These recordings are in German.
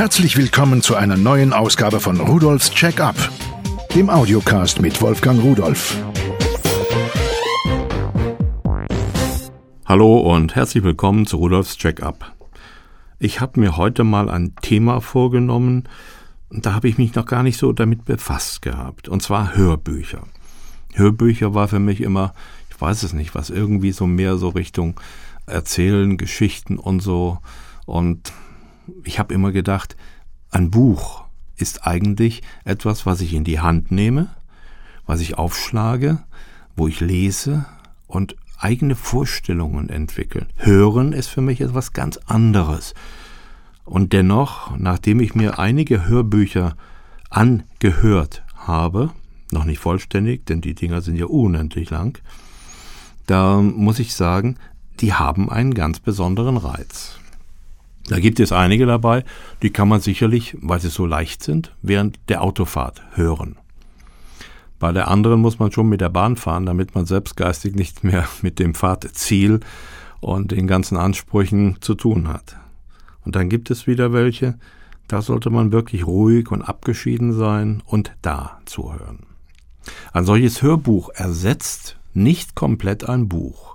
Herzlich willkommen zu einer neuen Ausgabe von Rudolfs Check-up, dem Audiocast mit Wolfgang Rudolf. Hallo und herzlich willkommen zu Rudolfs Check-up. Ich habe mir heute mal ein Thema vorgenommen, und da habe ich mich noch gar nicht so damit befasst gehabt, und zwar Hörbücher. Hörbücher war für mich immer, ich weiß es nicht, was irgendwie so mehr so Richtung Erzählen, Geschichten und so. Und ich habe immer gedacht, ein Buch ist eigentlich etwas, was ich in die Hand nehme, was ich aufschlage, wo ich lese und eigene Vorstellungen entwickle. Hören ist für mich etwas ganz anderes. Und dennoch, nachdem ich mir einige Hörbücher angehört habe, noch nicht vollständig, denn die Dinger sind ja unendlich lang, da muss ich sagen, die haben einen ganz besonderen Reiz. Da gibt es einige dabei, die kann man sicherlich, weil sie so leicht sind, während der Autofahrt hören. Bei der anderen muss man schon mit der Bahn fahren, damit man selbst geistig nicht mehr mit dem Fahrtziel und den ganzen Ansprüchen zu tun hat. Und dann gibt es wieder welche, da sollte man wirklich ruhig und abgeschieden sein und da zuhören. Ein solches Hörbuch ersetzt nicht komplett ein Buch.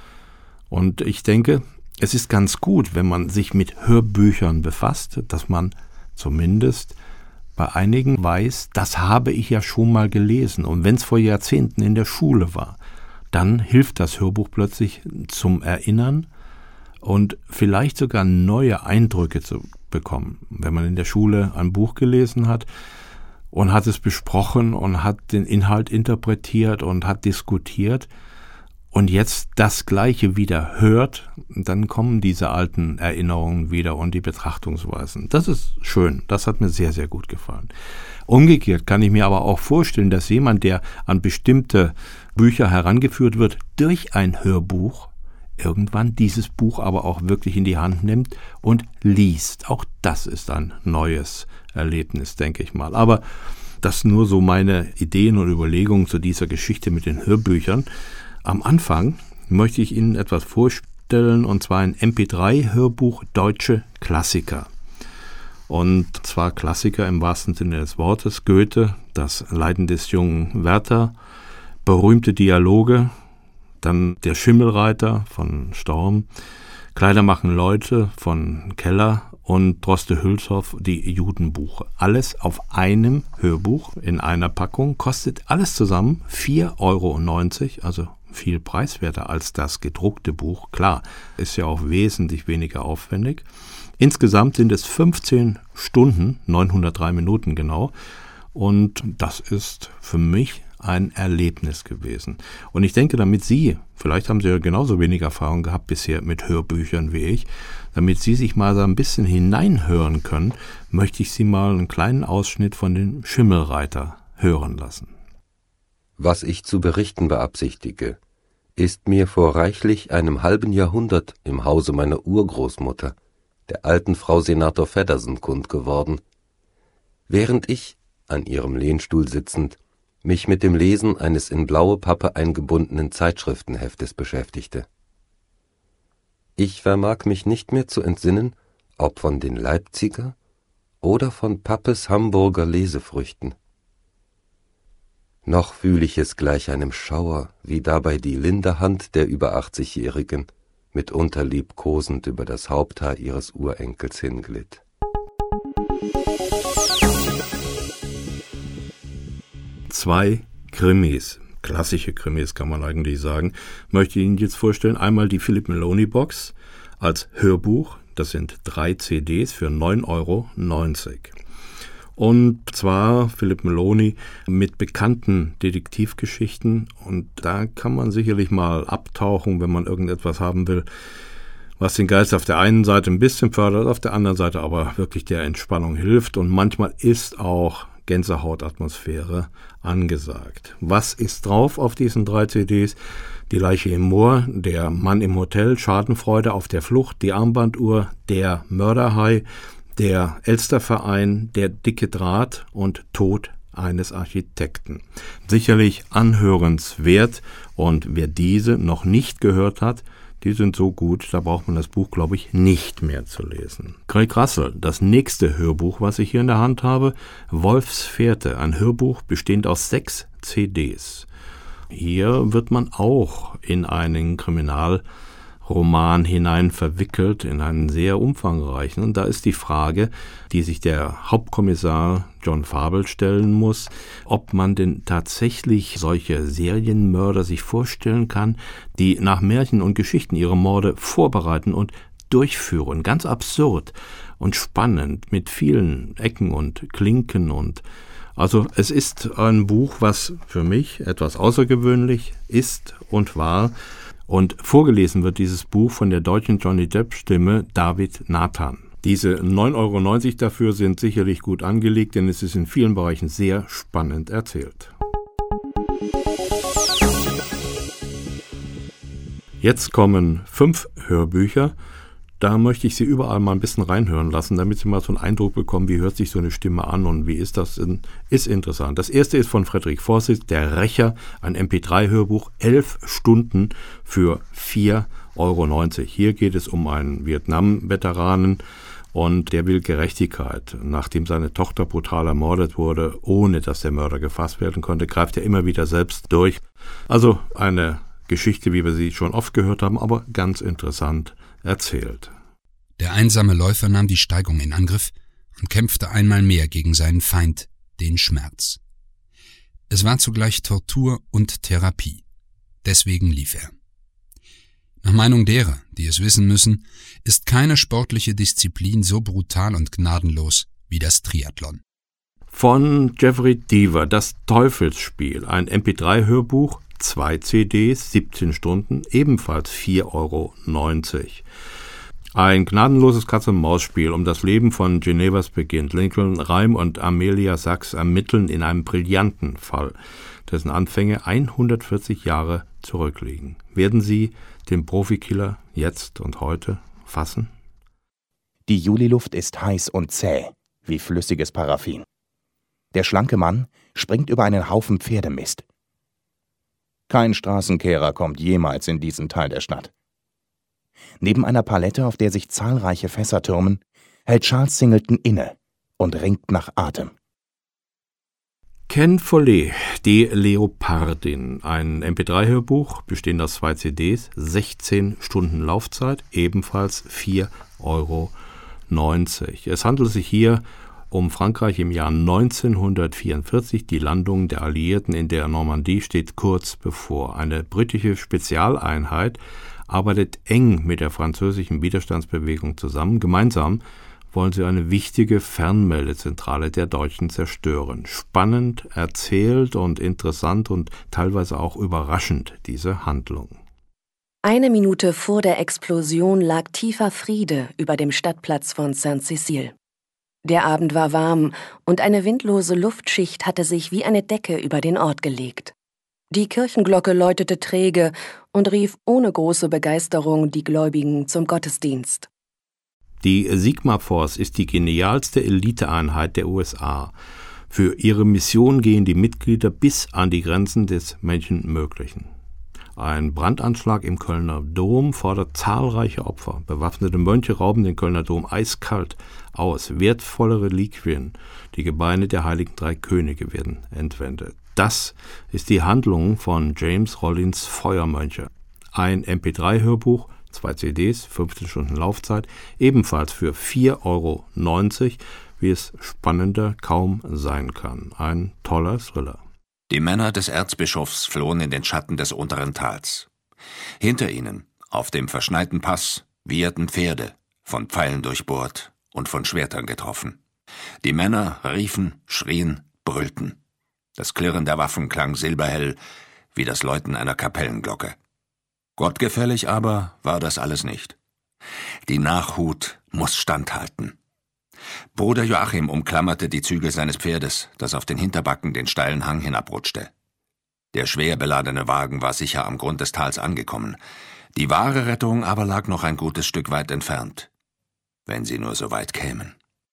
Und ich denke, es ist ganz gut, wenn man sich mit Hörbüchern befasst, dass man zumindest bei einigen weiß, das habe ich ja schon mal gelesen. Und wenn es vor Jahrzehnten in der Schule war, dann hilft das Hörbuch plötzlich zum Erinnern und vielleicht sogar neue Eindrücke zu bekommen. Wenn man in der Schule ein Buch gelesen hat und hat es besprochen und hat den Inhalt interpretiert und hat diskutiert und jetzt das Gleiche wieder hört, dann kommen diese alten Erinnerungen wieder und die Betrachtungsweisen. Das ist schön, das hat mir sehr, sehr gut gefallen. Umgekehrt kann ich mir aber auch vorstellen, dass jemand, der an bestimmte Bücher herangeführt wird, durch ein Hörbuch, irgendwann dieses Buch aber auch wirklich in die Hand nimmt und liest. Auch das ist ein neues Erlebnis, denke ich mal. Aber das nur so meine Ideen und Überlegungen zu dieser Geschichte mit den Hörbüchern. Am Anfang möchte ich Ihnen etwas vorstellen, und zwar ein MP3-Hörbuch Deutsche Klassiker. Und zwar Klassiker im wahrsten Sinne des Wortes. Goethe, das Leiden des jungen Werther, berühmte Dialoge, dann Der Schimmelreiter von Storm, Kleider machen Leute von Keller und Droste-Hülshoff, die Judenbuche. Alles auf einem Hörbuch in einer Packung, kostet alles zusammen 4,90 €, also viel preiswerter als das gedruckte Buch. Klar, ist ja auch wesentlich weniger aufwendig. Insgesamt sind es 15 Stunden, 903 Minuten genau. Und das ist für mich ein Erlebnis gewesen. Und ich denke, damit Sie, vielleicht haben Sie ja genauso wenig Erfahrung gehabt bisher mit Hörbüchern wie ich, damit Sie sich mal so ein bisschen hineinhören können, möchte ich Sie mal einen kleinen Ausschnitt von dem Schimmelreiter hören lassen. Was ich zu berichten beabsichtige, ist mir vor reichlich einem halben Jahrhundert im Hause meiner Urgroßmutter, der alten Frau Senator Feddersen, kund geworden, während ich, an ihrem Lehnstuhl sitzend, mich mit dem Lesen eines in blaue Pappe eingebundenen Zeitschriftenheftes beschäftigte. Ich vermag mich nicht mehr zu entsinnen, ob von den Leipziger oder von Pappes Hamburger Lesefrüchten. Noch fühl ich es gleich einem Schauer, wie dabei die linde Hand der über 80-Jährigen mitunter liebkosend über das Haupthaar ihres Urenkels hinglitt. Zwei Krimis, klassische Krimis kann man eigentlich sagen, möchte ich Ihnen jetzt vorstellen. Einmal die Philipp Meloni-Box als Hörbuch, das sind 3 CDs für 9,90 €. Und zwar Philipp Meloni mit bekannten Detektivgeschichten, und da kann man sicherlich mal abtauchen, wenn man irgendetwas haben will, was den Geist auf der einen Seite ein bisschen fördert, auf der anderen Seite aber wirklich der Entspannung hilft, und manchmal ist auch Gänsehautatmosphäre angesagt. Was ist drauf auf diesen 3 CDs? Die Leiche im Moor, Der Mann im Hotel, Schadenfreude auf der Flucht, Die Armbanduhr, Der Mörderhai, Der Elsterverein, Der dicke Draht und Tod eines Architekten. Sicherlich anhörenswert, und wer diese noch nicht gehört hat, Die sind so gut, da braucht man das Buch, glaube ich, nicht mehr zu lesen. Craig Russell, das nächste Hörbuch, was ich hier in der Hand habe, Wolfs Fährte, ein Hörbuch bestehend aus 6 CDs. Hier wird man auch in einen Kriminalroman hinein verwickelt, in einen sehr umfangreichen. Und da ist die Frage, die sich der Hauptkommissar John Fabel stellen muss, ob man denn tatsächlich solche Serienmörder sich vorstellen kann, die nach Märchen und Geschichten ihre Morde vorbereiten und durchführen. Ganz absurd und spannend mit vielen Ecken und Klinken und also es ist ein Buch, was für mich etwas außergewöhnlich ist und war. Und vorgelesen wird dieses Buch von der deutschen Johnny Depp-Stimme David Nathan. Diese 9,90 € dafür sind sicherlich gut angelegt, denn es ist in vielen Bereichen sehr spannend erzählt. Jetzt kommen 5 Hörbücher. Da möchte ich Sie überall mal ein bisschen reinhören lassen, damit Sie mal so einen Eindruck bekommen, wie hört sich so eine Stimme an und wie ist das denn? Ist interessant. Das erste ist von Frederik Forsyth, Der Rächer, ein MP3-Hörbuch, 11 Stunden für 4,90 €. Hier geht es um einen Vietnam-Veteranen und der will Gerechtigkeit. Nachdem seine Tochter brutal ermordet wurde, ohne dass der Mörder gefasst werden konnte, greift er immer wieder selbst durch. Also eine Geschichte, wie wir sie schon oft gehört haben, aber ganz interessant erzählt. Der einsame Läufer nahm die Steigung in Angriff und kämpfte einmal mehr gegen seinen Feind, den Schmerz. Es war zugleich Tortur und Therapie. Deswegen lief er. Nach Meinung derer, die es wissen müssen, ist keine sportliche Disziplin so brutal und gnadenlos wie das Triathlon. Von Jeffrey Deaver, Das Teufelsspiel, ein MP3-Hörbuch, 2 CDs, 17 Stunden, ebenfalls 4,90 €. Ein gnadenloses Katz-und-Maus-Spiel um das Leben von Genevers beginnt. Lincoln Reim und Amelia Sachs ermitteln in einem brillanten Fall, dessen Anfänge 140 Jahre zurückliegen. Werden sie den Profikiller jetzt und heute fassen? Die Juliluft ist heiß und zäh, wie flüssiges Paraffin. Der schlanke Mann springt über einen Haufen Pferdemist. Kein Straßenkehrer kommt jemals in diesen Teil der Stadt. Neben einer Palette, auf der sich zahlreiche Fässer türmen, hält Charles Singleton inne und ringt nach Atem. Ken Follett, Die Leopardin, ein MP3-Hörbuch, bestehend aus 2 CDs, 16 Stunden Laufzeit, ebenfalls 4,90 €. Es handelt sich hier um Frankreich im Jahr 1944. Die Landung der Alliierten in der Normandie steht kurz bevor. Eine britische Spezialeinheit arbeitet eng mit der französischen Widerstandsbewegung zusammen. Gemeinsam wollen sie eine wichtige Fernmeldezentrale der Deutschen zerstören. Spannend erzählt und interessant und teilweise auch überraschend, diese Handlung. Eine Minute vor der Explosion lag tiefer Friede über dem Stadtplatz von Saint-Cécile. Der Abend war warm und eine windlose Luftschicht hatte sich wie eine Decke über den Ort gelegt. Die Kirchenglocke läutete träge und rief ohne große Begeisterung die Gläubigen zum Gottesdienst. Die Sigma Force ist die genialste Eliteeinheit der USA. Für ihre Mission gehen die Mitglieder bis an die Grenzen des Menschenmöglichen. Ein Brandanschlag im Kölner Dom fordert zahlreiche Opfer. Bewaffnete Mönche rauben den Kölner Dom eiskalt aus. Wertvolle Reliquien, die Gebeine der heiligen 3 Könige, werden entwendet. Das ist die Handlung von James Rollins Feuermönche. Ein MP3-Hörbuch, 2 CDs, 15 Stunden Laufzeit, ebenfalls für 4,90 €, wie es spannender kaum sein kann. Ein toller Thriller. Die Männer des Erzbischofs flohen in den Schatten des unteren Tals. Hinter ihnen, auf dem verschneiten Pass, wieherten Pferde, von Pfeilen durchbohrt und von Schwertern getroffen. Die Männer riefen, schrien, brüllten. Das Klirren der Waffen klang silberhell wie das Läuten einer Kapellenglocke. Gottgefällig aber war das alles nicht. Die Nachhut muss standhalten. Bruder Joachim umklammerte die Zügel seines Pferdes, das auf den Hinterbacken den steilen Hang hinabrutschte. Der schwer beladene Wagen war sicher am Grund des Tals angekommen. Die wahre Rettung aber lag noch ein gutes Stück weit entfernt. Wenn sie nur so weit kämen.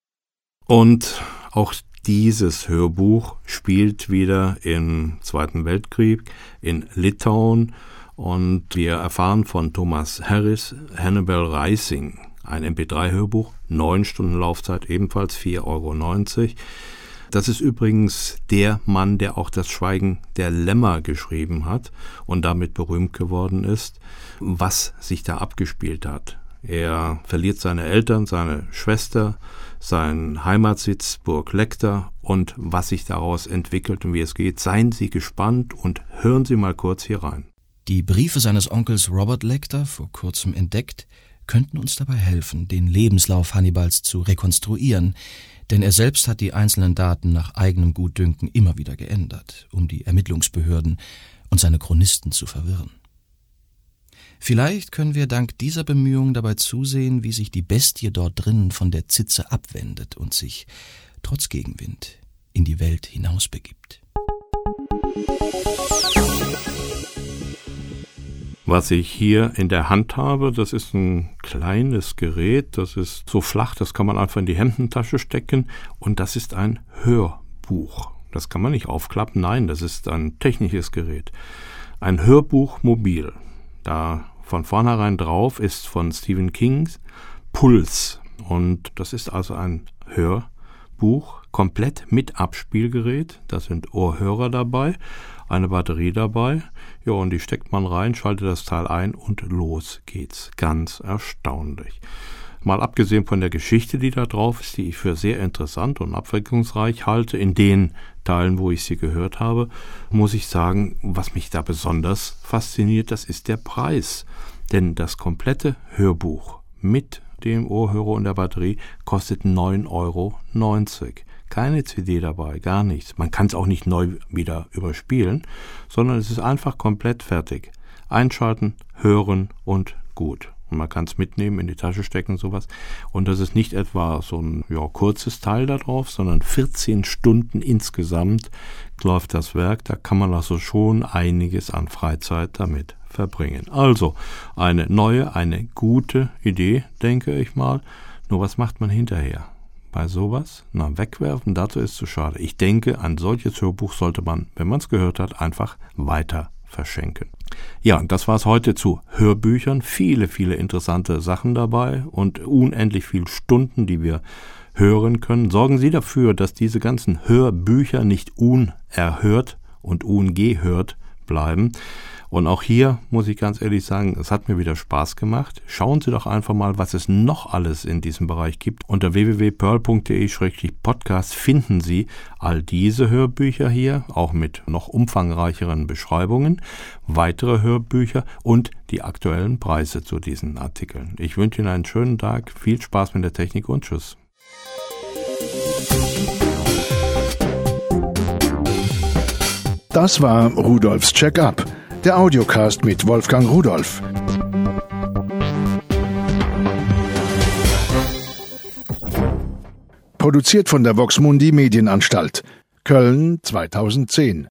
Und auch dieses Hörbuch spielt wieder im Zweiten Weltkrieg in Litauen Und wir erfahren von Thomas Harris Hannibal Rising, ein MP3-Hörbuch, 9 Stunden Laufzeit, ebenfalls 4,90 €. Das ist übrigens der Mann, der auch das Schweigen der Lämmer geschrieben hat und damit berühmt geworden ist, was sich da abgespielt hat. Er verliert seine Eltern, seine Schwester, seinen Heimatsitz Burg Lecter und was sich daraus entwickelt und wie es geht. Seien Sie gespannt und hören Sie mal kurz hier rein. Die Briefe seines Onkels Robert Lecter, vor kurzem entdeckt, könnten uns dabei helfen, den Lebenslauf Hannibals zu rekonstruieren, denn er selbst hat die einzelnen Daten nach eigenem Gutdünken immer wieder geändert, um die Ermittlungsbehörden und seine Chronisten zu verwirren. Vielleicht können wir dank dieser Bemühungen dabei zusehen, wie sich die Bestie dort drinnen von der Zitze abwendet und sich, trotz Gegenwind, in die Welt hinausbegibt. Was ich hier in der Hand habe, das ist ein kleines Gerät, das ist so flach, das kann man einfach in die Hemdentasche stecken und das ist ein Hörbuch. Das kann man nicht aufklappen, nein, das ist ein technisches Gerät. Ein Hörbuch mobil. Da von vornherein drauf ist von Stephen Kings Puls und das ist also ein Hörbuch, komplett mit Abspielgerät, da sind Ohrhörer dabei, eine Batterie dabei, ja, und die steckt man rein, schaltet das Teil ein und los geht's. Ganz erstaunlich. Mal abgesehen von der Geschichte, die da drauf ist, die ich für sehr interessant und abwechslungsreich halte, in den Teilen, wo ich sie gehört habe, muss ich sagen, was mich da besonders fasziniert, das ist der Preis. Denn das komplette Hörbuch mit dem Ohrhörer und der Batterie kostet 9,90 €. Keine CD dabei, gar nichts. Man kann es auch nicht neu wieder überspielen, sondern es ist einfach komplett fertig. Einschalten, hören und gut. Und man kann es mitnehmen, in die Tasche stecken, sowas. Und das ist nicht etwa so ein kurzes Teil da drauf, sondern 14 Stunden insgesamt läuft das Werk. Da kann man also schon einiges an Freizeit damit verbringen. Also eine neue, eine gute Idee, denke ich mal. Nur was macht man hinterher? Bei sowas? Wegwerfen, dazu ist zu schade. Ich denke, ein solches Hörbuch sollte man, wenn man es gehört hat, einfach weiter verschenken. Ja, und das war es heute zu Hörbüchern. Viele, viele interessante Sachen dabei und unendlich viele Stunden, die wir hören können. Sorgen Sie dafür, dass diese ganzen Hörbücher nicht unerhört und ungehört bleiben. Und auch hier muss ich ganz ehrlich sagen, es hat mir wieder Spaß gemacht. Schauen Sie doch einfach mal, was es noch alles in diesem Bereich gibt. Unter www.pearl.de/podcast finden Sie all diese Hörbücher hier, auch mit noch umfangreicheren Beschreibungen, weitere Hörbücher und die aktuellen Preise zu diesen Artikeln. Ich wünsche Ihnen einen schönen Tag, viel Spaß mit der Technik und tschüss. Das war Rudolfs Check-up, der Audiocast mit Wolfgang Rudolf. Produziert von der Vox Mundi Medienanstalt, Köln 2010.